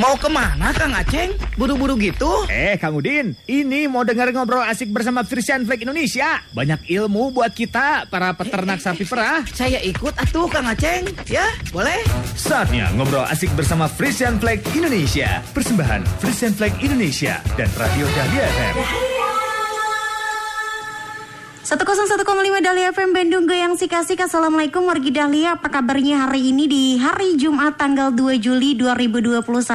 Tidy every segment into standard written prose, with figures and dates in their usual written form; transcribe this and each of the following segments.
Mau kemana Kang Aceng? Buru-buru gitu? Kang Udin, ini mau dengar ngobrol asik bersama Frisian Flag Indonesia. Banyak ilmu buat kita, para peternak sapi perah. Saya ikut atuh Kang Aceng. Ya, boleh? Saatnya ngobrol asik bersama Frisian Flag Indonesia. Persembahan Frisian Flag Indonesia dan Radio Dahlia FM. 101,5 Dahlia FM Bandung Goyang Sikasik. Assalamualaikum wargi Dahlia. Apa kabarnya hari ini di hari Jumat tanggal 2 Juli 2021?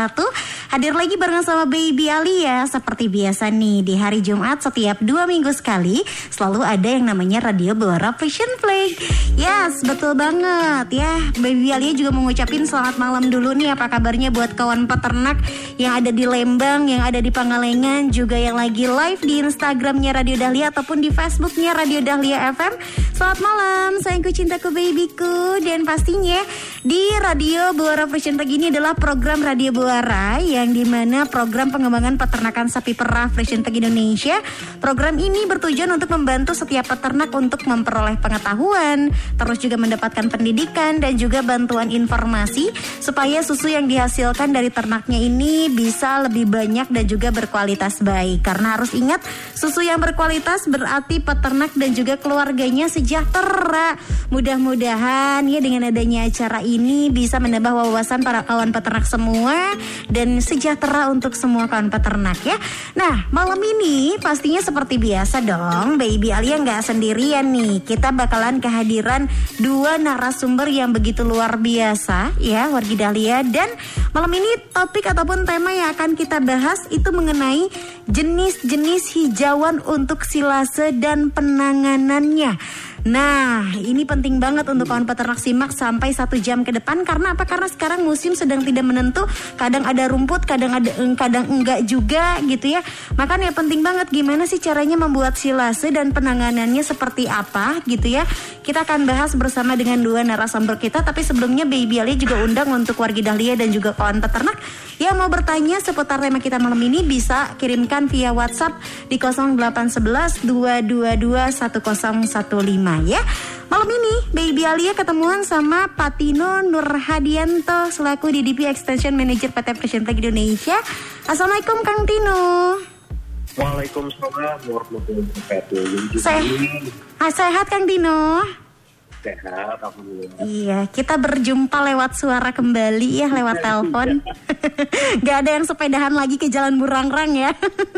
Hadir lagi bareng sama Baby Alia. Seperti biasa nih, di hari Jumat setiap 2 minggu sekali selalu ada yang namanya Radio Buara Frisian Flag. Yes, betul banget ya. Baby Alia juga mengucapin selamat malam dulu nih. Apa kabarnya buat kawan peternak yang ada di Lembang, yang ada di Pangalengan, juga yang lagi live di Instagramnya Radio Dahlia ataupun di Facebooknya Radio Dahlia FM. Selamat malam sayangku, cintaku, babyku. Dan pastinya di Radio Buara Frisian Flag ini adalah program Radio Buara, yang dimana program pengembangan peternakan sapi perah Frisian Flag Indonesia. Program ini bertujuan untuk membantu setiap peternak untuk memperoleh pengetahuan, terus juga mendapatkan pendidikan dan juga bantuan informasi supaya susu yang dihasilkan dari ternaknya ini bisa lebih banyak dan juga berkualitas baik. Karena harus ingat, susu yang berkualitas berarti peternak dan juga keluarganya sejahtera. Mudah-mudahan ya dengan adanya acara ini bisa menambah wawasan para kawan peternak semua dan sejahtera untuk semua kawan peternak ya. Nah, malam ini pastinya seperti biasa dong, Baby Alia nggak sendirian nih. Kita bakalan kehadiran 2 narasumber yang begitu luar biasa ya, wargi Dahlia. Dan malam ini topik ataupun tema yang akan kita bahas itu mengenai jenis-jenis hijauan untuk silase dan penanganannya. Nah, ini penting banget untuk kawan peternak simak sampai 1 jam ke depan. Karena apa? Karena sekarang musim sedang tidak menentu. Kadang ada rumput, kadang enggak juga gitu ya. Makanya penting banget gimana sih caranya membuat silase dan penanganannya seperti apa gitu ya. Kita akan bahas bersama dengan 2 narasumber kita. Tapi sebelumnya Baby Ali juga undang untuk wargi Dahlia dan juga kawan peternak yang mau bertanya seputar tema kita malam ini bisa kirimkan via WhatsApp di 0811 222 1015 ya. Malam ini Baby Alia ketemuan sama Pak Tino Nurhadianto selaku DDP Extension Manager PT Frisian Flag Indonesia. Assalamualaikum Kang Tino. Waalaikumsalam warahmatullahi wabarakatuh. Sehat Kang Tino? Sehat, alhamdulillah. Iya, kita berjumpa lewat suara kembali ya, lewat telepon. Gak ada yang sepedahan lagi ke Jalan Burangrang ya.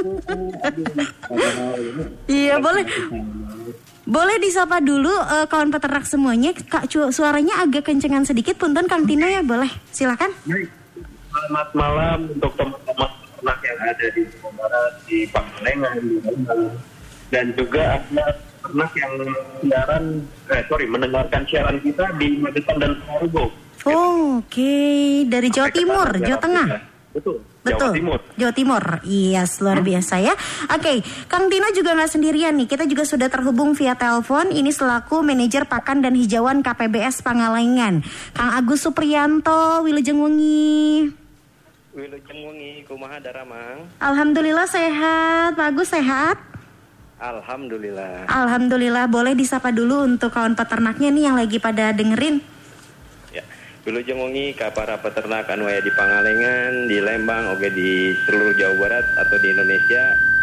Iya, boleh disapa dulu kawan peternak semuanya. Kak, suaranya agak kencengan sedikit, punten Kang Tino ya, boleh. Silakan. Selamat malam untuk teman-teman peternak yang ada di Jawa Barat, di Pangalengan, di Lembang, dan juga ada peternak yang mendengarkan siaran kita di Magetan dan Ponorogo. Oh, oke. Dari Jawa Timur, Jawa Tengah. Betul. Jawa Timur. Iya, luar biasa ya. Oke, Kang Tino juga nggak sendirian nih. Kita juga sudah terhubung via telepon. Ini selaku manajer pakan dan hijauan KPBS Pangalengan, Kang Agus Supriyanto, Wilujeng Wengi. Kumaha Daramang. Alhamdulillah sehat. Pak Agus sehat? Alhamdulillah. Boleh disapa dulu untuk kawan peternaknya nih yang lagi pada dengerin. Ya, Wilujeng Wengi ka para peternak anu aya di Pangalengan, di Lembang, oge di seluruh Jawa Barat atau di Indonesia.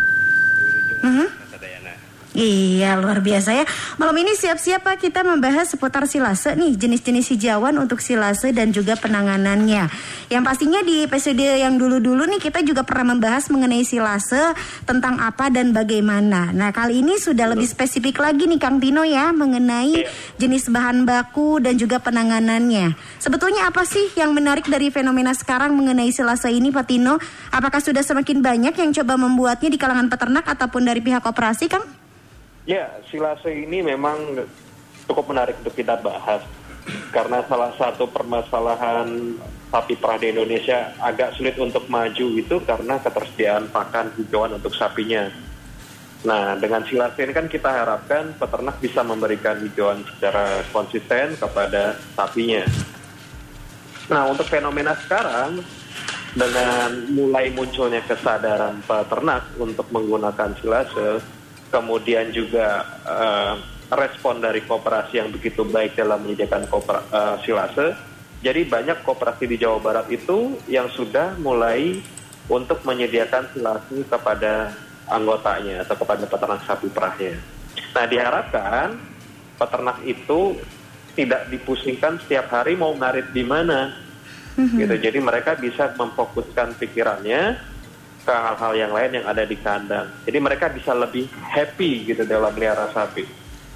Iya, luar biasa ya. Malam ini siap-siap Pak, kita membahas seputar silase nih, jenis-jenis hijauan untuk silase dan juga penanganannya. Yang pastinya di episode yang dulu-dulu nih kita juga pernah membahas mengenai silase, tentang apa dan bagaimana. Nah, kali ini sudah lebih spesifik lagi nih Kang Tino ya, mengenai jenis bahan baku dan juga penanganannya. Sebetulnya apa sih yang menarik dari fenomena sekarang mengenai silase ini Pak Tino? Apakah sudah semakin banyak yang coba membuatnya di kalangan peternak ataupun dari pihak koperasi, Kang? Ya, silase ini memang cukup menarik untuk kita bahas. Karena salah satu permasalahan sapi perah di Indonesia agak sulit untuk maju itu karena ketersediaan pakan hijauan untuk sapinya. Nah, dengan silase ini kan kita harapkan peternak bisa memberikan hijauan secara konsisten kepada sapinya. Nah, untuk fenomena sekarang, dengan mulai munculnya kesadaran peternak untuk menggunakan silase, kemudian juga respon dari koperasi yang begitu baik dalam menyediakan silase, Jadi banyak koperasi di Jawa Barat itu yang sudah mulai untuk menyediakan silase kepada anggotanya atau kepada peternak sapi perahnya. Nah, diharapkan peternak itu tidak dipusingkan setiap hari mau ngarit di mana, gitu. Jadi mereka bisa memfokuskan pikirannya ke hal-hal yang lain yang ada di kandang. Jadi mereka bisa lebih happy gitu dalam melihara sapi.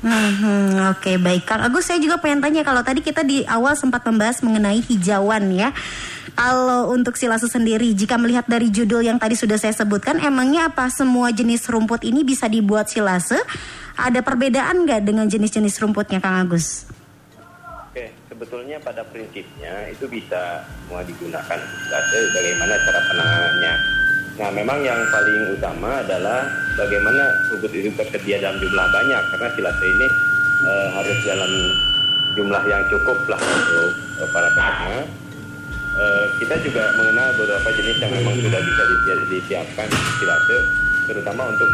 Oke, baik Kang Agus, saya juga pengen tanya, kalau tadi kita di awal sempat membahas mengenai hijauan ya. Kalau untuk silase sendiri, jika melihat dari judul yang tadi sudah saya sebutkan, emangnya apa semua jenis rumput ini bisa dibuat silase? Ada perbedaan nggak dengan jenis-jenis rumputnya, Kang Agus? Oke, sebetulnya pada prinsipnya itu bisa semua digunakan silase, bagaimana cara penanganannya. Nah, memang yang paling utama adalah bagaimana rumput itu tersedia dalam jumlah banyak, karena silase ini harus dalam jumlah yang cukup lah untuk para peternak. Kita juga mengenal beberapa jenis yang memang sudah bisa disiapkan silase, terutama untuk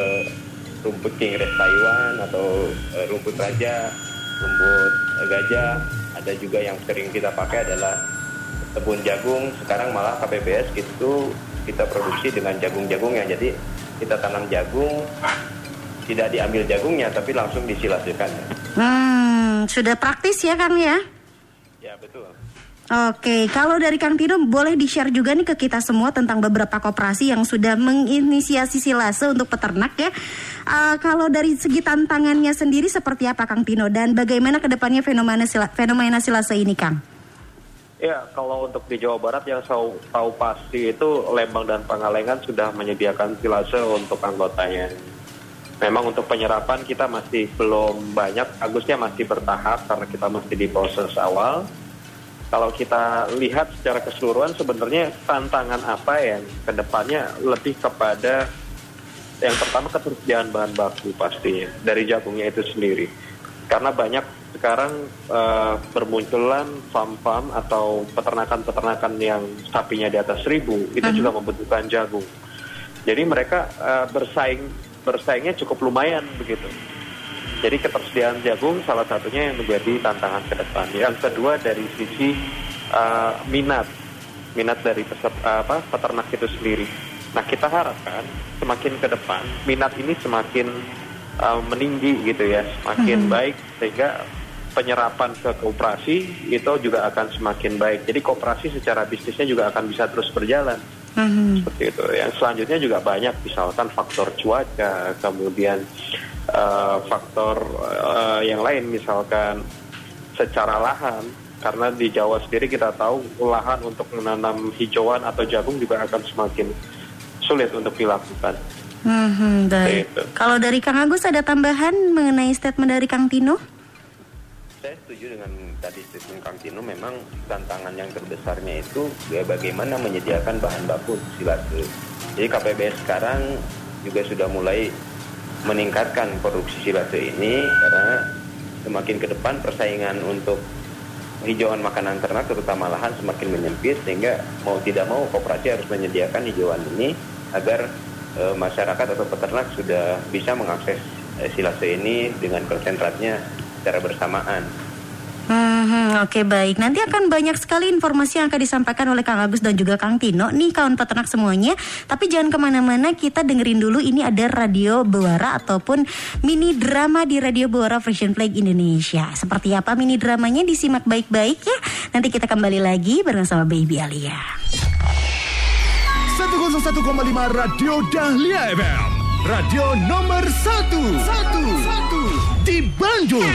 rumput King Red Taiwan atau rumput raja, rumput gajah. Ada juga yang sering kita pakai adalah kebun jagung. Sekarang malah KPBS itu kita produksi dengan jagung-jagungnya. Jadi kita tanam jagung, tidak diambil jagungnya tapi langsung disilasekan. Sudah praktis ya Kang ya? Ya, betul. Oke, kalau dari Kang Tino boleh di-share juga nih ke kita semua tentang beberapa koperasi yang sudah menginisiasi silase untuk peternak ya. Kalau dari segi tantangannya sendiri seperti apa Kang Tino, dan bagaimana kedepannya fenomena silase ini Kang? Ya, kalau untuk di Jawa Barat yang saya tahu pasti itu Lembang dan Pangalengan sudah menyediakan silase untuk anggotanya. Memang untuk penyerapan kita masih belum banyak, Agusnya masih bertahap karena kita masih di proses awal. Kalau kita lihat secara keseluruhan sebenarnya tantangan apa yang kedepannya lebih kepada yang pertama ketersediaan bahan baku pastinya dari jagungnya itu sendiri. Karena banyak sekarang bermunculan farm-farm atau peternakan-peternakan yang sapinya di atas 1.000 itu juga membutuhkan jagung. Jadi mereka bersaingnya cukup lumayan begitu. Jadi ketersediaan jagung salah satunya yang menjadi tantangan ke depan. Yang kedua dari sisi minat dari peternak itu sendiri. Nah, kita harapkan semakin ke depan minat ini semakin meninggi gitu ya, semakin baik sehingga penyerapan ke koperasi itu juga akan semakin baik. Jadi koperasi secara bisnisnya juga akan bisa terus berjalan. Seperti itu. Yang selanjutnya juga banyak, misalkan faktor cuaca, kemudian faktor yang lain, misalkan secara lahan. Karena di Jawa sendiri kita tahu lahan untuk menanam hijauan atau jagung juga akan semakin sulit untuk dilakukan. Baik. Kalau dari Kang Agus ada tambahan mengenai statement dari Kang Tino? Saya setuju dengan tadi statement Kang Tino. Memang tantangan yang terbesarnya itu bagaimana menyediakan bahan baku silase. Jadi KPBS sekarang juga sudah mulai meningkatkan produksi silase ini karena semakin ke depan persaingan untuk hijauan makanan ternak terutama lahan semakin menyempit, sehingga mau tidak mau koperasi harus menyediakan hijauan ini agar masyarakat atau peternak sudah bisa mengakses silase ini dengan konsentratnya secara bersamaan. Oke, baik. Nanti akan banyak sekali informasi yang akan disampaikan oleh Kang Agus dan juga Kang Tino nih kawan peternak semuanya. Tapi jangan kemana-mana, kita dengerin dulu ini ada Radio Bewara ataupun mini drama di Radio Bewara Frisian Flag Indonesia. Seperti apa mini dramanya, disimak baik-baik ya. Nanti kita kembali lagi bersama Baby Alia. 101,5 Radio Dahlia FM, radio nomor 1 di Bandung.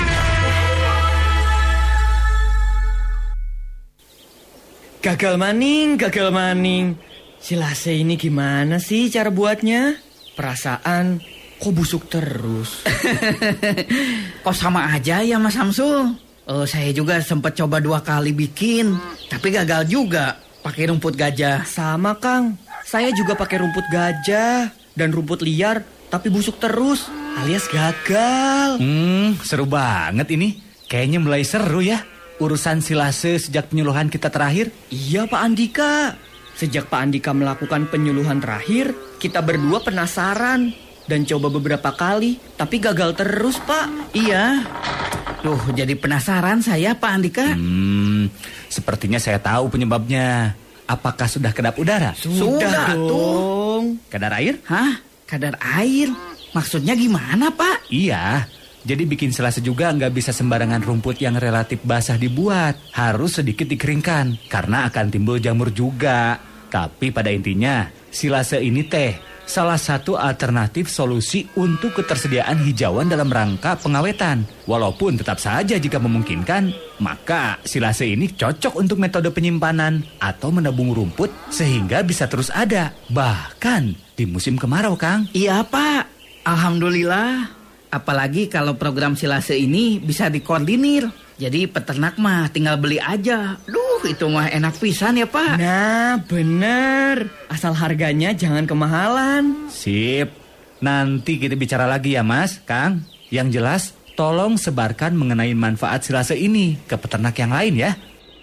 Gagal maning. Silase ini gimana sih cara buatnya? Perasaan kok busuk terus. Kok sama aja ya Mas Samsul? Saya juga sempat coba 2 kali bikin, tapi gagal juga. Pakai rumput gajah. Sama Kang, saya juga pakai rumput gajah dan rumput liar, tapi busuk terus, alias gagal. Seru banget ini. Kayaknya mulai seru ya urusan silase sejak penyuluhan kita terakhir. Iya Pak Andika. Sejak Pak Andika melakukan penyuluhan terakhir, kita berdua penasaran dan coba beberapa kali, tapi gagal terus Pak. Iya, Duh, jadi penasaran saya Pak Andika. Sepertinya saya tahu penyebabnya. Apakah sudah kedap udara? Sudah dong. Kadar air? Hah? Kadar air? Maksudnya gimana Pak? Iya. Jadi bikin silase juga nggak bisa sembarangan rumput yang relatif basah dibuat. Harus sedikit dikeringkan, karena akan timbul jamur juga. Tapi pada intinya, silase ini salah satu alternatif solusi untuk ketersediaan hijauan dalam rangka pengawetan. Walaupun tetap saja jika memungkinkan, maka silase ini cocok untuk metode penyimpanan atau menabung rumput sehingga bisa terus ada. Bahkan di musim kemarau, Kang. Iya Pak, alhamdulillah. Apalagi kalau program silase ini bisa dikoordinir. Jadi peternak mah tinggal beli aja. Duh, itu mah enak pisan ya Pak. Nah, bener. Asal harganya jangan kemahalan. Sip. Nanti kita bicara lagi ya Mas, Kang. Yang jelas, tolong sebarkan mengenai manfaat silase ini ke peternak yang lain ya.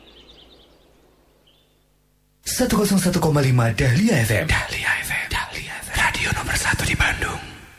101,5 Dahlia FM. Dahlia FM. Dahlia FM. Radio nomor 1 di Bandung.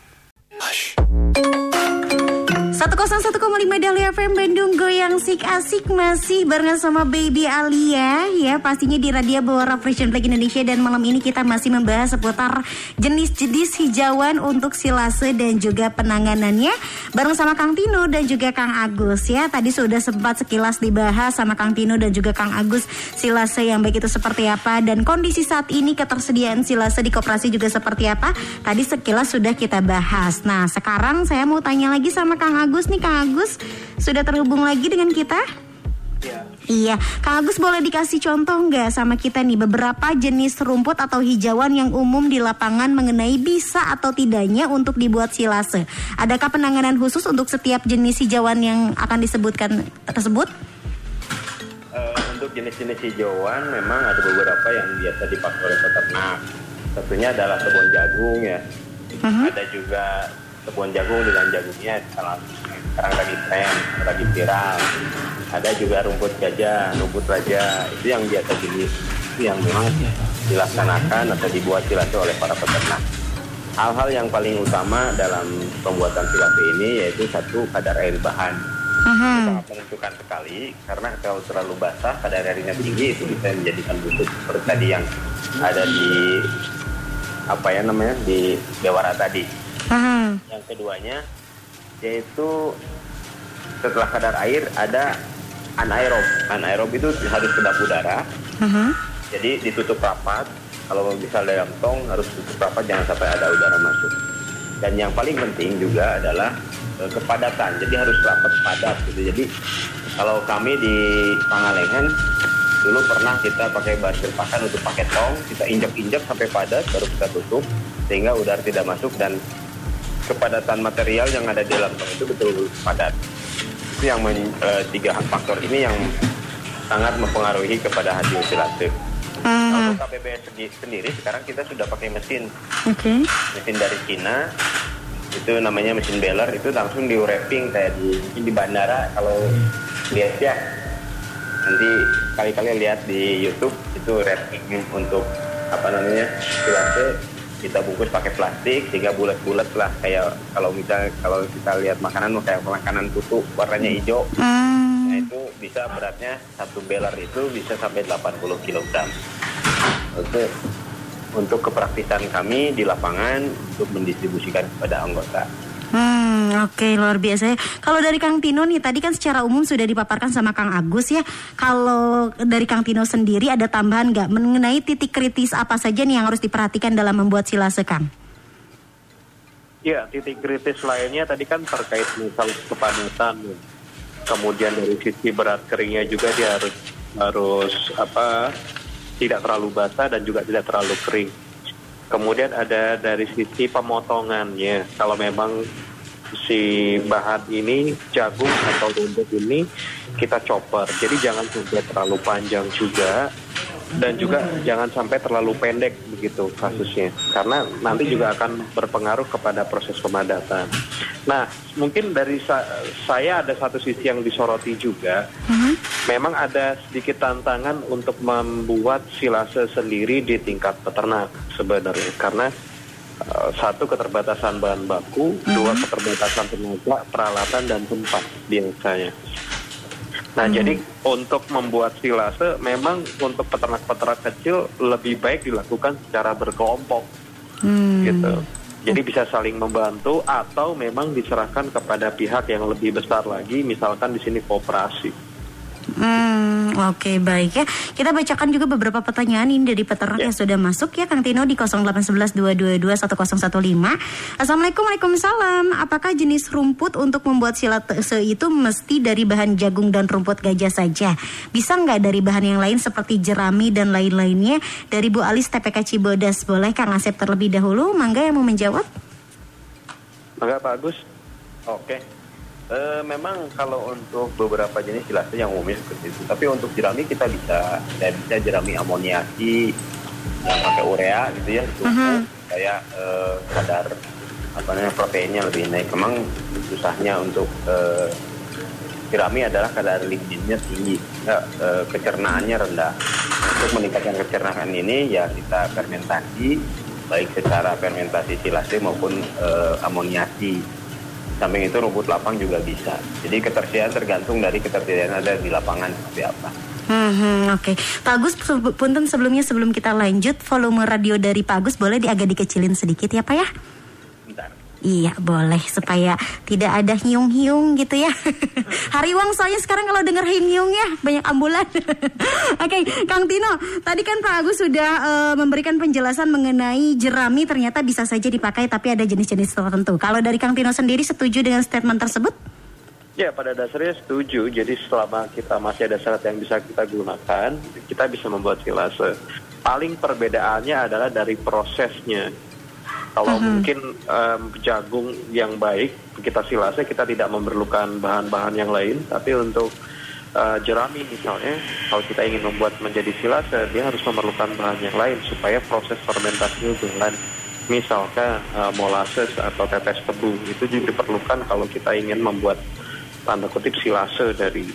101,5 Dahlia FM Bandung, goyang sik asik masih barengan sama Baby Alia ya, pastinya di Radio Bawara Frisian Flag Indonesia. Dan malam ini kita masih membahas seputar jenis-jenis hijauan untuk silase dan juga penanganannya bareng sama Kang Tino dan juga Kang Agus ya. Tadi sudah sempat sekilas dibahas sama Kang Tino dan juga Kang Agus silase yang baik itu seperti apa dan kondisi saat ini ketersediaan silase di koperasi juga seperti apa. Tadi sekilas sudah kita bahas. Nah, sekarang saya mau tanya lagi sama Kang Agus nih. Kang Agus sudah terhubung lagi dengan kita? Iya, Kang Agus boleh dikasih contoh nggak sama kita nih beberapa jenis rumput atau hijauan yang umum di lapangan mengenai bisa atau tidaknya untuk dibuat silase? Adakah penanganan khusus untuk setiap jenis hijauan yang akan disebutkan tersebut? Untuk jenis-jenis hijauan memang ada beberapa yang biasa dipakai oleh peternak. Tentunya adalah kebun jagung ya. Ada juga kebun jagung dengan jagungnya sekarang lagi tren, lagi viral. Ada juga rumput gajah, rumput raja. Itu yang biasa jenis, itu yang memang dilaksanakan atau dibuat silase oleh para peternak. Hal-hal yang paling utama dalam pembuatan silase ini yaitu satu, kadar air bahan. Sangat menentukan sekali karena kalau terlalu basah kadar airnya tinggi itu bisa menjadikan busuk seperti tadi yang ada di di Bewara tadi. Yang keduanya yaitu setelah kadar air ada anaerob. Anaerob itu harus kedap udara. Jadi ditutup rapat. Kalau bisa dalam tong harus tutup rapat, jangan sampai ada udara masuk. Dan yang paling penting juga adalah kepadatan. Jadi harus rapat padat gitu. Jadi kalau kami di Pangalengan dulu pernah kita pakai basir pakan untuk pakai tong, kita injak-injak sampai padat baru kita tutup sehingga udara tidak masuk dan kepadatan material yang ada di dalam tong itu betul padat. Itu yang tiga faktor ini yang sangat mempengaruhi kepada hasil silase. Untuk KPPS sendiri sekarang kita sudah pakai mesin. Mesin dari Cina. Itu namanya mesin baler, itu langsung di wrapping kayak di bandara. Kalau lihat ya nanti kali-kali lihat di YouTube itu wrapping untuk silase. Kita bungkus pakai plastik sehingga bulat-bulat lah kayak kalau kita lihat makanan kayak makanan putu warnanya hijau. Nah itu bisa beratnya satu beler itu bisa sampai 80 kg. Untuk kepraktisan kami di lapangan untuk mendistribusikan kepada anggota. Oke, luar biasa ya. Kalau dari Kang Tino nih, tadi kan secara umum sudah dipaparkan sama Kang Agus ya. Kalau dari Kang Tino sendiri ada tambahan nggak mengenai titik kritis apa saja nih yang harus diperhatikan dalam membuat silase, Kang? Ya, titik kritis lainnya tadi kan terkait misal kepadatan. Kemudian dari sisi berat keringnya juga dia harus tidak terlalu basah dan juga tidak terlalu kering. Kemudian ada dari sisi pemotongannya. Kalau memang si bahan ini jagung atau rumput ini kita chopper. Jadi jangan sampai terlalu panjang juga dan juga jangan sampai terlalu pendek begitu kasusnya. Karena nanti juga akan berpengaruh kepada proses pemadatan. Nah, mungkin dari saya ada satu sisi yang disoroti juga. Memang ada sedikit tantangan untuk membuat silase sendiri di tingkat peternak sebenarnya. Karena Satu, keterbatasan bahan baku. Dua, keterbatasan tenaga, peralatan, dan tempat biasanya. Nah, jadi untuk membuat silase memang untuk peternak-peternak kecil lebih baik dilakukan secara berkelompok, gitu. Jadi bisa saling membantu atau memang diserahkan kepada pihak yang lebih besar lagi, misalkan di sini koperasi. Oke, baik ya. Kita bacakan juga beberapa pertanyaan ini dari peternak yang sudah masuk ya, Kang Tino di 0811-222-1015. Assalamualaikum, waalaikumsalam. Apakah jenis rumput untuk membuat silase itu mesti dari bahan jagung dan rumput gajah saja? Bisa nggak dari bahan yang lain seperti jerami dan lain-lainnya? Dari Bu Alis TPK Cibodas. Boleh Kang Asep terlebih dahulu? Mangga yang mau menjawab? Mangga Pak Agus. Oke. Memang kalau untuk beberapa jenis silase yang umumnya seperti itu. Tapi untuk jerami kita bisa jerami amoniasi yang pakai urea gitu ya, supaya kadar proteinnya lebih naik. Memang susahnya untuk jerami adalah kadar ligninnya tinggi, kecernaannya rendah. Untuk meningkatkan kecernaan ini ya kita fermentasi, baik secara fermentasi silase maupun amoniasi. Samping itu rumput lapang juga bisa. Jadi ketersediaan tergantung dari ketersediaan ada di lapangan seperti apa. Oke. Pak Agus, punten sebelum kita lanjut, volume radio dari Pak Agus boleh agak dikecilin sedikit ya Pak ya? Bentar. Iya boleh, supaya tidak ada hiung-hiung gitu ya. Hariwang soalnya sekarang kalau dengar hiung-hiung ya banyak ambulan. Oke, Kang Tino, tadi kan Pak Agus sudah memberikan penjelasan mengenai jerami ternyata bisa saja dipakai tapi ada jenis-jenis tertentu. Kalau dari Kang Tino sendiri setuju dengan statement tersebut? Ya, pada dasarnya setuju. Jadi selama kita masih ada syarat yang bisa kita gunakan, kita bisa membuat silase. Paling perbedaannya adalah dari prosesnya. Kalau mungkin jagung yang baik, kita silase, kita tidak memerlukan bahan-bahan yang lain. Tapi untuk jerami misalnya, kalau kita ingin membuat menjadi silase, dia harus memerlukan bahan yang lain supaya proses fermentasinya jalan. Misalkan molasses atau tetes tebu, itu juga diperlukan kalau kita ingin membuat tanda kutip silase dari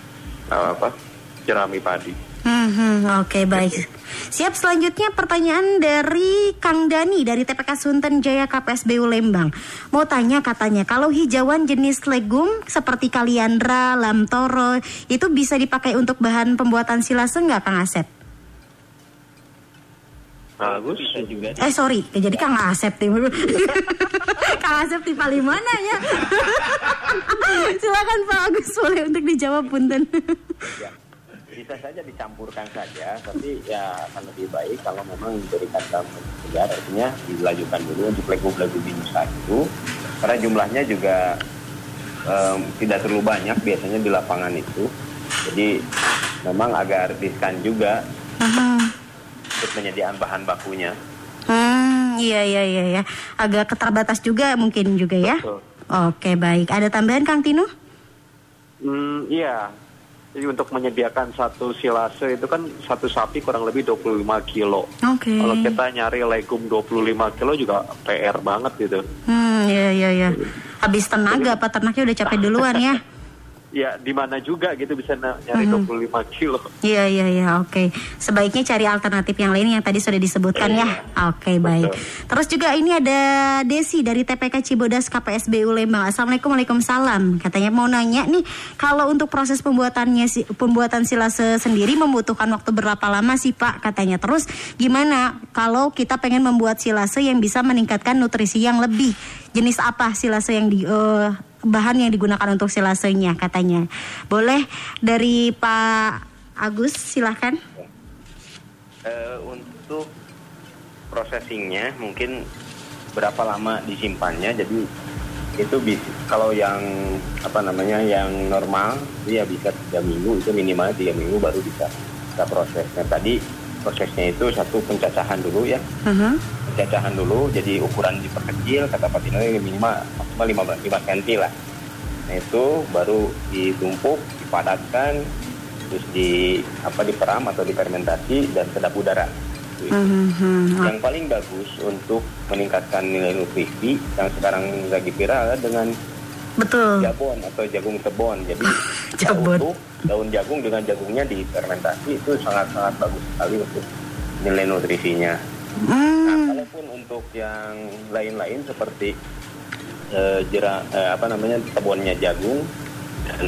jerami padi. Oke, baik. Siap, selanjutnya pertanyaan dari Kang Dani dari TPK Sunten Jaya KPSBU Lembang. Mau tanya, katanya kalau hijauan jenis legum seperti kaliandra, lamtoro itu bisa dipakai untuk bahan pembuatan silase nggak Kang Asep? Bagus. Sorry, jadi Kang Asep tim. Kang Asep tim paling mana ya? Silakan Pak Agus, boleh untuk dijawab punten. Ya, bisa saja dicampurkan saja, tapi ya akan lebih baik kalau memang diberikan dalam segar, artinya dilanjutkan dulu untuk legum-legum minusa itu, karena jumlahnya juga tidak terlalu banyak biasanya di lapangan itu, jadi memang agak riskan juga untuk penyediaan bahan bakunya. Iya. Agak keterbatas juga mungkin juga ya. Betul. Oke, baik. Ada tambahan Kang Tino? Iya. Jadi untuk menyediakan satu silase itu kan satu sapi kurang lebih 25 kilo. Oke. Kalau kita nyari legum 25 kilo juga PR banget gitu. Iya. Habis tenaga, peternaknya udah capek duluan ya. Ya, di mana juga gitu bisa nyari 25 kilo. Iya, oke. Sebaiknya cari alternatif yang lain yang tadi sudah disebutkan ya. Oke, baik. Terus juga ini ada Desi dari TPK Cibodas KPSBU Lembang. Assalamualaikum, waalaikumsalam. Katanya mau nanya nih, kalau untuk proses pembuatan silase sendiri membutuhkan waktu berapa lama sih Pak? Katanya. Terus gimana kalau kita pengen membuat silase yang bisa meningkatkan nutrisi yang lebih? Jenis apa silase yang bahan yang digunakan untuk silasenya katanya. Boleh dari Pak Agus, silahkan. Untuk processingnya mungkin berapa lama disimpannya, jadi itu bisa, kalau yang yang normal dia bisa 3 minggu, itu minimal 3 minggu baru bisa kita proses. Nah tadi prosesnya itu satu pencacahan dulu ya. Pencacahan dulu, jadi ukuran diperkecil, kata Pak Tino minimal maksimal 5 cm lah. Nah itu baru ditumpuk, dipadatkan, terus diperam atau difermentasi dan kedap udara. Yang paling bagus untuk meningkatkan nilai nutrisi yang sekarang lagi viral dengan jabon atau jagung tebon. Jadi daun jagung dengan jagungnya difermentasi itu sangat-sangat bagus sekali untuk nilai nutrisinya. Nah, kalau Adapun untuk yang lain-lain seperti tebonnya jagung dan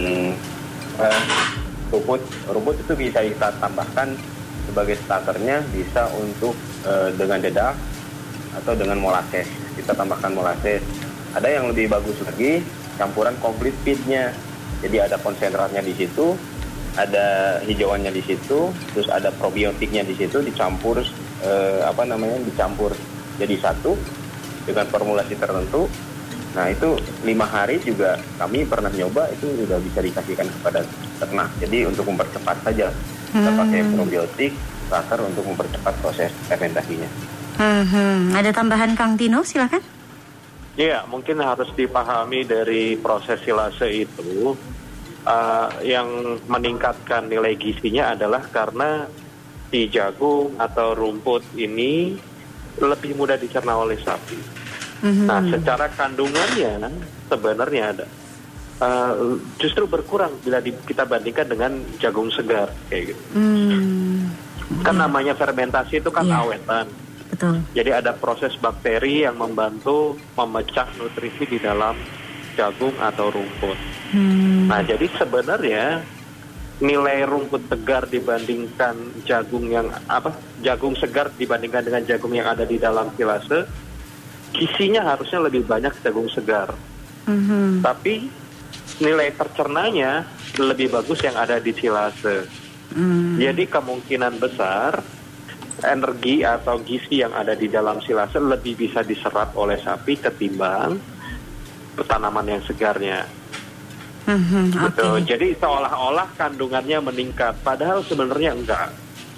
rumput itu bisa kita tambahkan sebagai starternya, bisa untuk dengan dedak atau dengan molasses. Kita tambahkan molasses. Ada yang lebih bagus lagi, campuran complete feed-nya. Jadi ada konsentratnya di situ, ada hijauannya di situ, terus ada probiotiknya di situ, dicampur dicampur jadi satu dengan formulasi tertentu. Nah itu 5 hari juga kami pernah nyoba, itu sudah bisa dikasihkan kepada ternak. Jadi untuk mempercepat saja kita pakai probiotik starter untuk mempercepat proses fermentasinya. Ada tambahan Kang Tino, silakan. Iya, mungkin harus dipahami dari proses silase itu yang meningkatkan nilai gizinya adalah karena si jagung atau rumput ini lebih mudah dicerna oleh sapi. Nah, secara kandungannya sebenarnya ada justru berkurang bila kita bandingkan dengan jagung segar kayak gitu. Kan namanya fermentasi itu kan awetan. Betul. Jadi ada proses bakteri yang membantu memecah nutrisi di dalam jagung atau rumput. Nah, jadi sebenarnya nilai rumput segar dibandingkan jagung segar dibandingkan dengan jagung yang ada di dalam silase, gizinya harusnya lebih banyak jagung segar. Tapi nilai tercernanya lebih bagus yang ada di silase. Jadi kemungkinan besar energi atau gizi yang ada di dalam silase lebih bisa diserap oleh sapi ketimbang tanaman yang segarnya. Gitu. Jadi seolah-olah kandungannya meningkat, padahal sebenarnya enggak.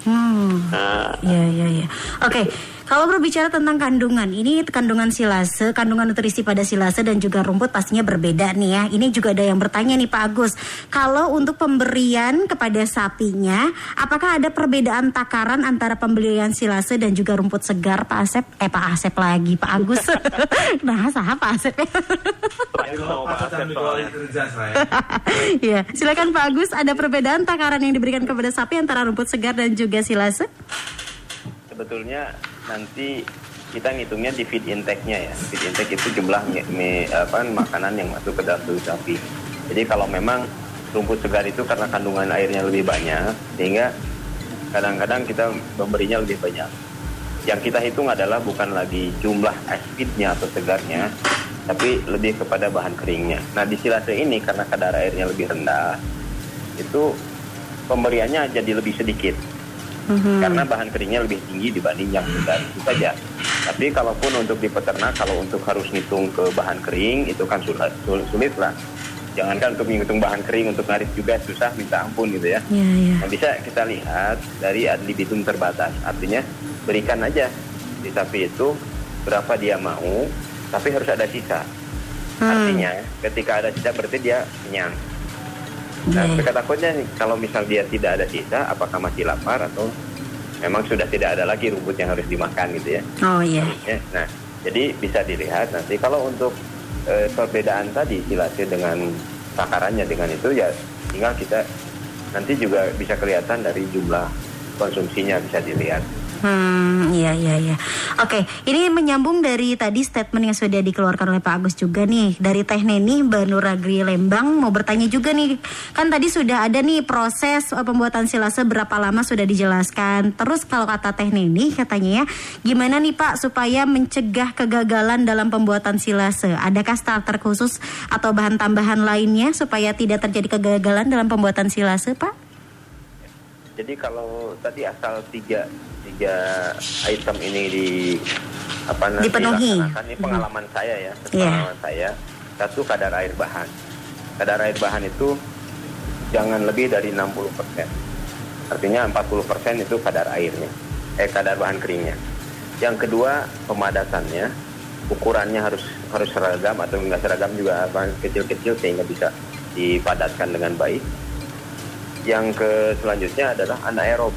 Iya. Oke, kalau berbicara tentang kandungan, ini kandungan silase, kandungan nutrisi pada silase dan juga rumput pastinya berbeda nih ya. Ini juga ada yang bertanya nih Pak Agus, kalau untuk pemberian kepada sapinya, apakah ada perbedaan takaran antara pemberian silase dan juga rumput segar, Pak Asep? Pak Asep lagi, Pak Agus. Nah, sah Pak Asep ya. Ya, silakan Pak Agus, ada perbedaan takaran yang diberikan kepada sapi antara rumput segar dan juga silase? Sebetulnya nanti kita ngitungnya di feed intake-nya ya. Feed intake itu jumlah makanan yang masuk ke dalam tubuh sapi. Jadi kalau memang rumput segar itu karena kandungan airnya lebih banyak, sehingga kadang-kadang kita memberinya lebih banyak. Yang kita hitung adalah bukan lagi jumlah feed-nya atau segarnya, tapi lebih kepada bahan keringnya. Nah di silase ini karena kadar airnya lebih rendah, itu pemberiannya jadi lebih sedikit. Karena bahan keringnya lebih tinggi dibanding yang segar, itu saja. Tapi kalaupun untuk di peternak, kalau untuk harus ngitung ke bahan kering, itu kan sulit lah. Jangankan untuk menghitung bahan kering, untuk ngarit juga susah, minta ampun gitu ya. Nah, bisa kita lihat dari ad libitum terbatas. Artinya berikan aja di sapi itu berapa dia mau, tapi harus ada sisa. Artinya ketika ada sisa berarti dia kenyang. Nah, takutnya kalau misal dia tidak ada sisa, apakah masih lapar atau memang sudah tidak ada lagi rumput yang harus dimakan gitu ya? Nah, jadi bisa dilihat nanti kalau untuk perbedaan tadi silase dengan takarannya dengan itu ya tinggal kita nanti juga bisa kelihatan dari jumlah konsumsinya bisa dilihat. Iya. Oke, ini menyambung dari tadi statement yang sudah dikeluarkan oleh Pak Agus juga nih. Dari Teh Neni, Mbak Nuragri Lembang mau bertanya juga nih. Kan tadi sudah ada nih proses pembuatan silase berapa lama sudah dijelaskan. Terus kalau kata Teh Neni katanya ya, gimana nih Pak supaya mencegah kegagalan dalam pembuatan silase? Adakah starter khusus atau bahan tambahan lainnya supaya tidak terjadi kegagalan dalam pembuatan silase, Pak? Jadi kalau tadi asal tiga item ini dipenuhi. Ini pengalaman saya ya, pengalaman saya. Satu, kadar air bahan. Kadar air bahan itu jangan lebih dari 60%. Artinya 40% itu kadar airnya, kadar bahan keringnya. Yang kedua, pemadatannya, ukurannya harus seragam atau enggak seragam juga kecil-kecil sehingga bisa dipadatkan dengan baik. Yang selanjutnya adalah anaerob.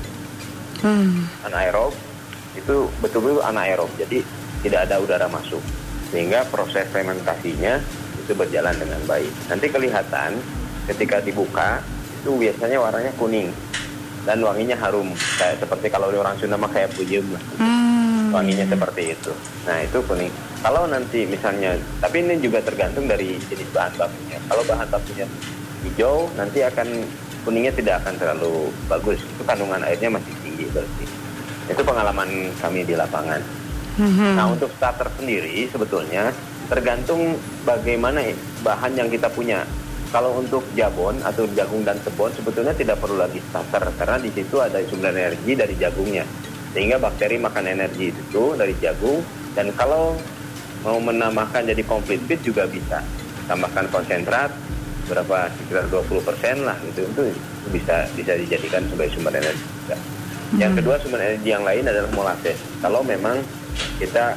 Anaerob itu betul-betul anaerob, jadi tidak ada udara masuk, sehingga proses fermentasinya itu berjalan dengan baik. Nanti kelihatan ketika dibuka itu biasanya warnanya kuning dan wanginya harum, kayak seperti kalau orang Sunda mah kayak puyem lah. wanginya seperti itu. Nah itu kuning. Kalau nanti misalnya, tapi ini juga tergantung dari jenis bahan bakunya. Kalau bahan bakunya hijau, nanti kuningnya tidak akan terlalu bagus. Itu kandungan airnya masih tinggi berarti. Itu pengalaman kami di lapangan. Nah untuk starter sendiri sebetulnya tergantung bagaimana bahan yang kita punya. Kalau untuk jabon atau jagung dan tebon sebetulnya tidak perlu lagi starter karena di situ ada sumber energi dari jagungnya. Sehingga bakteri makan energi itu dari jagung, dan kalau mau menambahkan jadi complete feed juga bisa. Tambahkan konsentrat berapa sekitar 20% lah gitu. Itu bisa dijadikan sebagai sumber energi juga. Yang kedua sumber energi yang lain adalah molasses. Kalau memang kita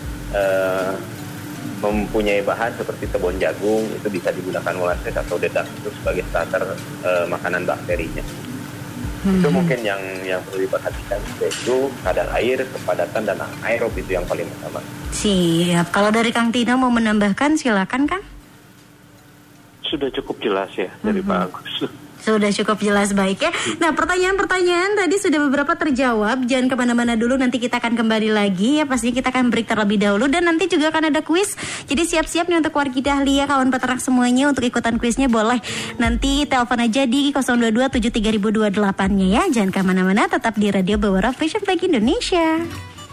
mempunyai bahan seperti tebon jagung, itu bisa digunakan molasses atau dedak itu sebagai starter makanan bakterinya. Itu mungkin yang perlu diperhatikan, yaitu kadar air, kepadatan, dan aerob itu yang paling utama. Siap. Kalau dari Kang Tino mau menambahkan silakan Kang. Sudah cukup jelas ya dari Pak Agus. Sudah cukup jelas, baik ya. Nah, pertanyaan-pertanyaan tadi sudah beberapa terjawab. Jangan kemana-mana dulu, nanti kita akan kembali lagi ya. Pastinya kita akan break terlebih dahulu. Dan nanti juga akan ada kuis. Jadi siap-siap nih untuk wargi Dahlia, kawan peternak semuanya. Untuk ikutan kuisnya boleh nanti telepon aja di 022-73028-nya ya. Jangan kemana-mana, tetap di Radio Bawara Fashion Flag Indonesia.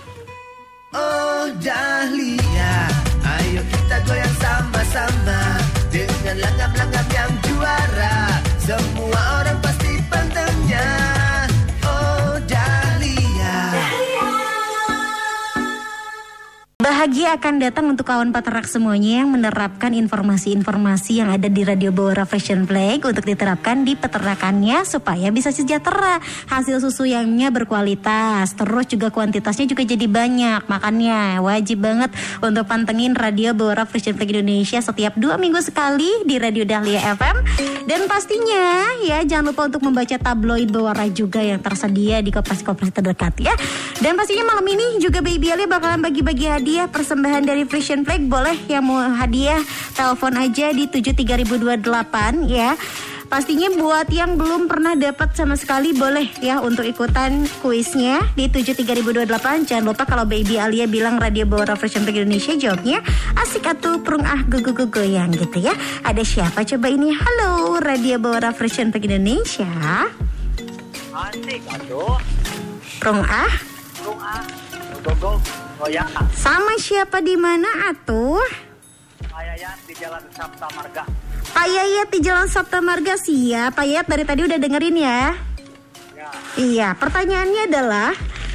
Oh Dahlia, ayo kita goyang sama-sama dengan langgam-langgam yang juara. Semua orang pasti pantengnya. Oh Dahlia. Bahagia akan datang untuk kawan peternak semuanya yang menerapkan informasi-informasi yang ada di Radio Bawara Fashion Flag untuk diterapkan di peternakannya supaya bisa sejahtera. Hasil susu yangnya berkualitas, terus juga kuantitasnya juga jadi banyak. Makanya wajib banget untuk pantengin Radio Bawara Fashion Flag Indonesia setiap 2 minggu sekali di Radio Dahlia FM. Dan pastinya ya jangan lupa untuk membaca tabloid Bawara juga yang tersedia di koperasi-koperasi terdekat ya. Dan pastinya malam ini juga Baby Ali bakalan bagi-bagi hadiah persembahan dari Fashion Flag. Boleh yang mau hadiah telepon aja di 73028 ya. Pastinya buat yang belum pernah dapat sama sekali boleh ya untuk ikutan kuisnya di 73028. Jangan lupa kalau Baby Alia bilang Radio Bawara Fashion Flag Indonesia, jawabnya asik atuh prung goyang gitu ya. Ada siapa coba ini? Halo Radio Bawara Fashion Flag Indonesia. Asik atuh. Prung Gogo goyang. Sama siapa di mana atuh? Pak Yayat di Jalan Sabta Marga. Pak Yayat di Jalan Sabta Marga, siap. Pak Yayat dari tadi udah dengerin ya? Ya. Iya, pertanyaannya adalah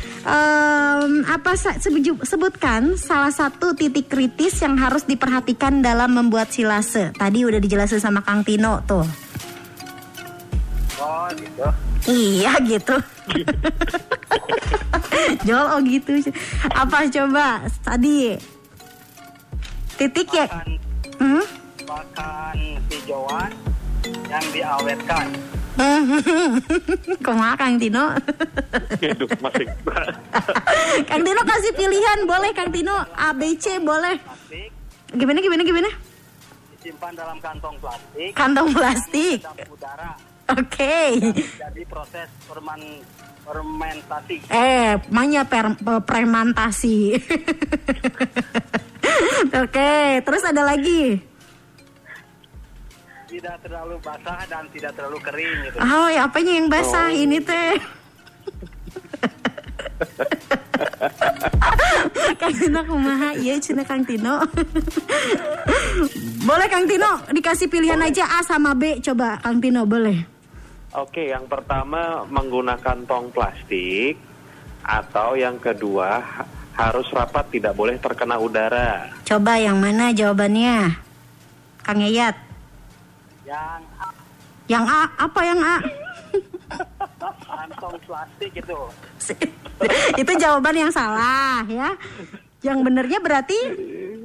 sebutkan salah satu titik kritis yang harus diperhatikan dalam membuat silase. Tadi udah dijelasin sama Kang Tino tuh. Oh gitu. Iya gitu. Jol oh gitu. Apa coba tadi? Titik ya? Bahkan hijauan yang diawetkan. Kumaha Kang Tino? Hidup masih. Kang Tino kasih pilihan, boleh Kang Tino A, B, C boleh. Plastik. Gimana? Disimpan dalam kantong plastik. Kantong plastik. Dalam udara. Oke. Jadi proses fermentasi. Fermentasi. Oke, terus ada lagi. Tidak terlalu basah dan tidak terlalu kering gitu. Oh, ya apanya yang basah ini teh? Kang Tino kumaha? Iya cenah Kang Tino. Boleh Kang Tino dikasih pilihan aja A sama B, coba Kang Tino boleh. Oke, yang pertama menggunakan tong plastik, atau yang kedua harus rapat, tidak boleh terkena udara. Coba yang mana jawabannya? Kang Yayat. Yang A. Yang A, apa yang A? Kantong plastik itu. Itu jawaban yang salah ya. Yang benernya berarti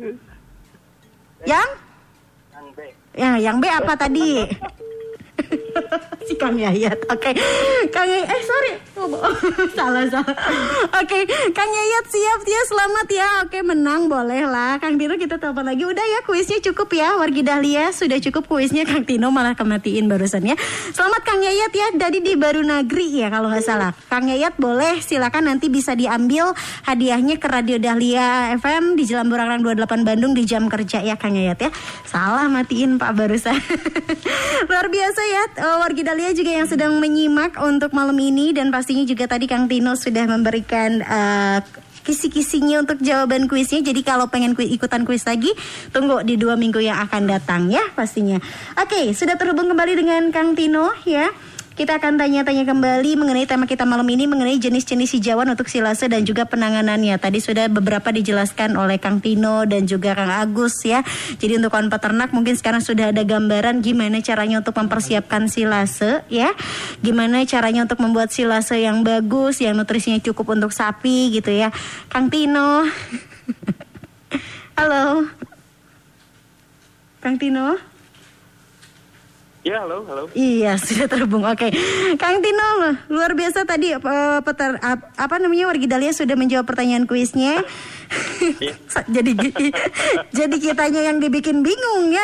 yang B. Ya, yang B apa tadi? Si Kang Yayat. Oke. Kang Yayat, sorry. Salah. Oke, Kang Yayat siap ya, selamat ya. Oke, menang boleh lah. Kang Tino kita telepon lagi. Udah ya, kuisnya cukup ya, Wargi Dahlia. Sudah cukup kuisnya, Kang Tino malah kematiin barusan ya. Selamat Kang Yayat ya, dari di Baru Nagri ya kalau nggak salah. Kang Yayat boleh, silakan nanti bisa diambil hadiahnya ke Radio Dahlia FM di Jalan Burang 28 Bandung di jam kerja ya Kang Yayat ya. Salah matiin Pak barusan. Luar biasa ya, Wargi Dahlia juga yang sedang menyimak untuk malam ini, dan pastinya juga tadi Kang Tino sudah memberikan kisi-kisinya untuk jawaban kuisnya. Jadi kalau pengen ikutan kuis lagi, tunggu di 2 minggu yang akan datang ya pastinya. Oke, sudah terhubung kembali dengan Kang Tino ya. Kita akan tanya-tanya kembali mengenai tema kita malam ini, mengenai jenis-jenis hijauan untuk silase dan juga penanganannya. Tadi sudah beberapa dijelaskan oleh Kang Tino dan juga Kang Agus ya. Jadi untuk kawan peternak mungkin sekarang sudah ada gambaran gimana caranya untuk mempersiapkan silase ya. Gimana caranya untuk membuat silase yang bagus, yang nutrisinya cukup untuk sapi gitu ya. Kang Tino. Halo. Kang Tino. Ya, halo. Iya, sudah terhubung. Oke. Kang Tino, luar biasa tadi Wargi Dahlia sudah menjawab pertanyaan kuisnya. jadi kitanya yang dibikin bingung ya.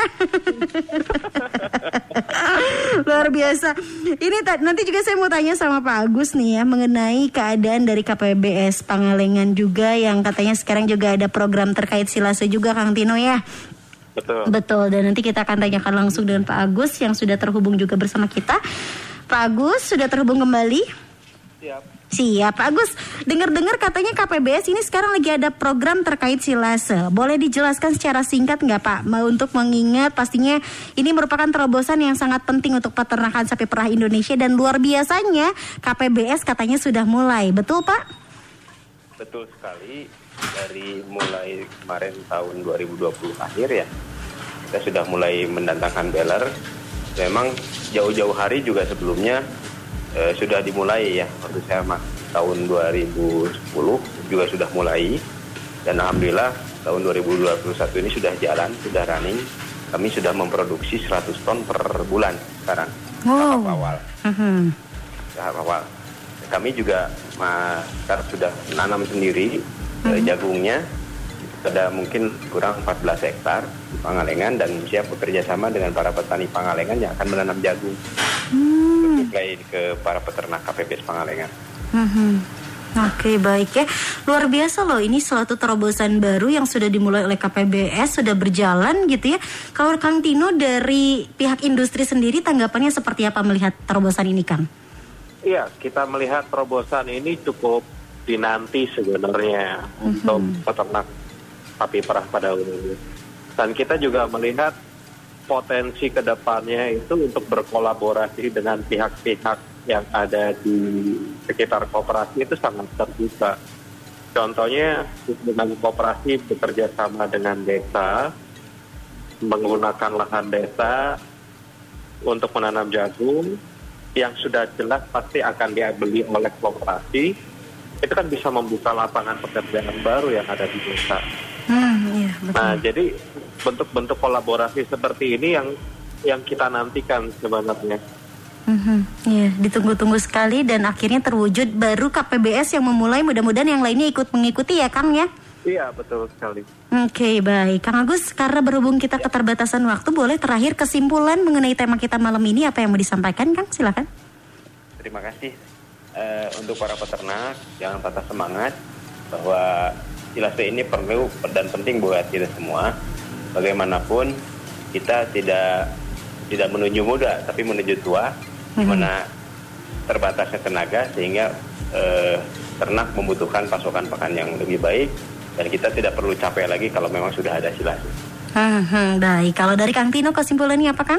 Luar biasa. Ini nanti juga saya mau tanya sama Pak Agus nih ya, mengenai keadaan dari KPBS Pangalengan juga, yang katanya sekarang juga ada program terkait silase juga Kang Tino ya. Betul, dan nanti kita akan tanyakan langsung dengan Pak Agus yang sudah terhubung juga bersama kita. Pak Agus sudah terhubung kembali? Siap, Pak Agus. Dengar-dengar katanya KPBS ini sekarang lagi ada program terkait silase. Boleh dijelaskan secara singkat nggak Pak? Untuk mengingat pastinya ini merupakan terobosan yang sangat penting untuk peternakan sapi perah Indonesia, dan luar biasanya KPBS katanya sudah mulai. Betul Pak? Betul sekali. Dari mulai kemarin tahun 2020 akhir ya, kita sudah mulai mendatangkan baler. Memang jauh-jauh hari juga sebelumnya sudah dimulai ya. Waktu saya tahun 2010 juga sudah mulai, dan alhamdulillah tahun 2021 ini sudah jalan, sudah running. Kami sudah memproduksi 100 ton per bulan sekarang. Tahap awal. Tahap awal. Kami juga sekarang sudah menanam sendiri jagungnya. Ada mungkin kurang 14 hektar di Pangalengan, dan siap bekerja sama dengan para petani Pangalengan yang akan menanam jagung supply ke para peternak KPBS Pangalengan. Oke, baik ya. Luar biasa loh, ini suatu terobosan baru yang sudah dimulai oleh KPBS, sudah berjalan gitu ya. Kalau Kang Tino dari pihak industri sendiri tanggapannya seperti apa melihat terobosan ini Kang? Iya, kita melihat terobosan ini cukup dinanti sebenarnya untuk peternak sapi perah pada umumnya. Dan kita juga melihat potensi kedepannya itu untuk berkolaborasi dengan pihak-pihak yang ada di sekitar koperasi itu sangat terbuka. Contohnya dengan koperasi bekerja sama dengan desa, menggunakan lahan desa untuk menanam jagung yang sudah jelas pasti akan dibeli oleh koperasi. Itu kan bisa membuka lapangan pekerjaan baru yang ada di desa. Iya, betul. Nah, jadi bentuk-bentuk kolaborasi seperti ini yang kita nantikan sebenarnya. Iya, ditunggu-tunggu sekali, dan akhirnya terwujud. Baru KPBS yang memulai, mudah-mudahan yang lainnya ikut mengikuti ya Kang ya. Iya, betul sekali. Oke, baik. Kang Agus, karena berhubung kita keterbatasan waktu, boleh terakhir kesimpulan mengenai tema kita malam ini, apa yang mau disampaikan Kang? Silakan. Terima kasih. Untuk para peternak, jangan patah semangat bahwa silase ini perlu dan penting buat kita semua. Bagaimanapun kita tidak menuju muda, tapi menuju tua, di mana terbatasnya tenaga, sehingga ternak membutuhkan pasokan pakan yang lebih baik, dan kita tidak perlu capek lagi kalau memang sudah ada silase. Baik, kalau dari Kang Tino kesimpulannya apa Kang?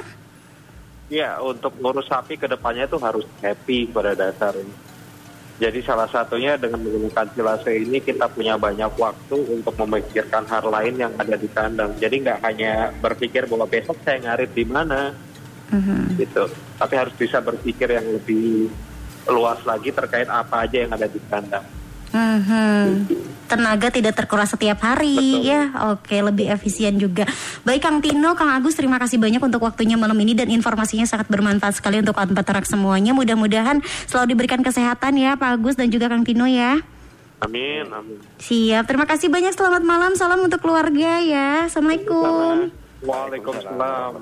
Ya, untuk ngurus sapi ke depannya itu harus happy pada dasarnya. Jadi salah satunya dengan menggunakan silase ini kita punya banyak waktu untuk memikirkan hal lain yang ada di kandang. Jadi nggak hanya berpikir bahwa besok saya ngarit di mana, gitu. Tapi harus bisa berpikir yang lebih luas lagi terkait apa aja yang ada di kandang. tenaga tidak terkuras setiap hari. Betul. Ya. Oke, lebih efisien juga. Baik Kang Tino, Kang Agus, terima kasih banyak untuk waktunya malam ini dan informasinya sangat bermanfaat sekali untuk kawan peternak semuanya. Mudah-mudahan selalu diberikan kesehatan ya Pak Agus dan juga Kang Tino ya. Amin. Siap, terima kasih banyak, selamat malam, salam untuk keluarga ya. Assalamualaikum. Waalaikumsalam.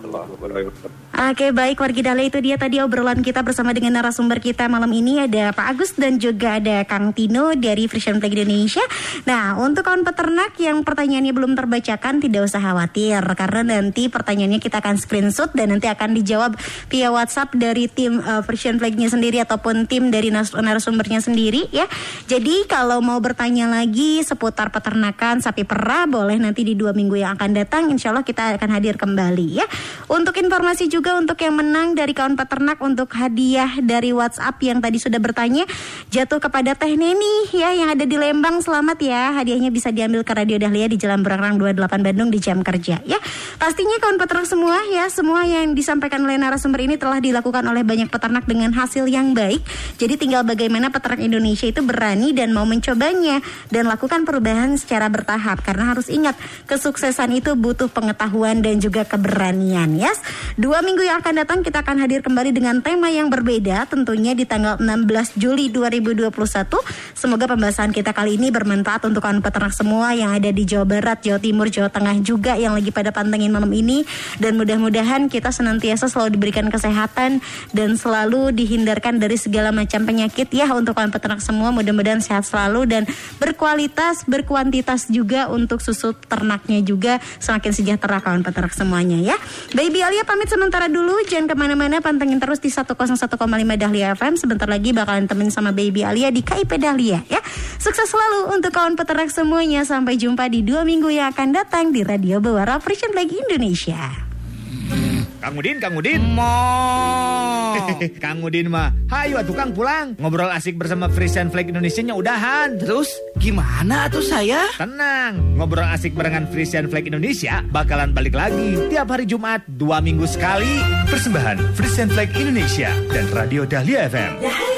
Oke, baik wargi Dahlia, itu dia tadi obrolan kita bersama dengan narasumber kita malam ini. Ada Pak Agus dan juga ada Kang Tino dari Frisian Flag Indonesia. Nah, untuk kawan peternak yang pertanyaannya belum terbacakan, tidak usah khawatir, karena nanti pertanyaannya kita akan screenshot dan nanti akan dijawab via WhatsApp dari tim Frisian Flag-nya sendiri ataupun tim dari narasumbernya sendiri ya. Jadi kalau mau bertanya lagi seputar peternakan sapi perah, boleh nanti di 2 minggu yang akan datang, insya Allah kita akan hadir kembali ya. Untuk informasi juga untuk yang menang dari kawan peternak untuk hadiah dari WhatsApp yang tadi sudah bertanya, jatuh kepada Teh Neni ya yang ada di Lembang. Selamat ya, hadiahnya bisa diambil ke Radio Dahlia di Jalan Burangrang 28 Bandung di jam kerja ya. Pastinya kawan peternak semua ya, semua yang disampaikan oleh narasumber ini telah dilakukan oleh banyak peternak dengan hasil yang baik. Jadi tinggal bagaimana peternak Indonesia itu berani dan mau mencobanya dan lakukan perubahan secara bertahap, karena harus ingat kesuksesan itu butuh pengetahuan dan juga keberanian ya. 2 minggu yang akan datang kita akan hadir kembali dengan tema yang berbeda, tentunya di tanggal 16 Juli 2021. Semoga pembahasan kita kali ini bermanfaat untuk kawan peternak semua yang ada di Jawa Barat, Jawa Timur, Jawa Tengah juga yang lagi pada pantengin malam ini. Dan mudah-mudahan kita senantiasa selalu diberikan kesehatan dan selalu dihindarkan dari segala macam penyakit ya untuk kawan peternak semua. Mudah-mudahan sehat selalu dan berkualitas, berkuantitas juga untuk susu ternaknya juga semakin sejahtera kawan peternak semuanya ya. Baby Alia pamit sementara dulu, jangan kemana-mana, pantengin terus di 101,5 Dahlia FM. Sebentar lagi bakalan temenin sama Baby Alia di KIP Dahlia ya. Sukses selalu untuk kawan peternak semuanya. Sampai jumpa di 2 minggu yang akan datang di Radio Bewara Frisian Flag Indonesia. Kang Udin. Mo. Kang Udin mah, hayu atuh Kang pulang. Ngobrol asik bersama Frisian Flag Indonesia-nya udahan. Terus gimana tuh saya? Tenang, ngobrol asik barengan Frisian Flag Indonesia bakalan balik lagi tiap hari Jumat 2 minggu sekali. Persembahan Frisian Flag Indonesia dan Radio Dahlia FM.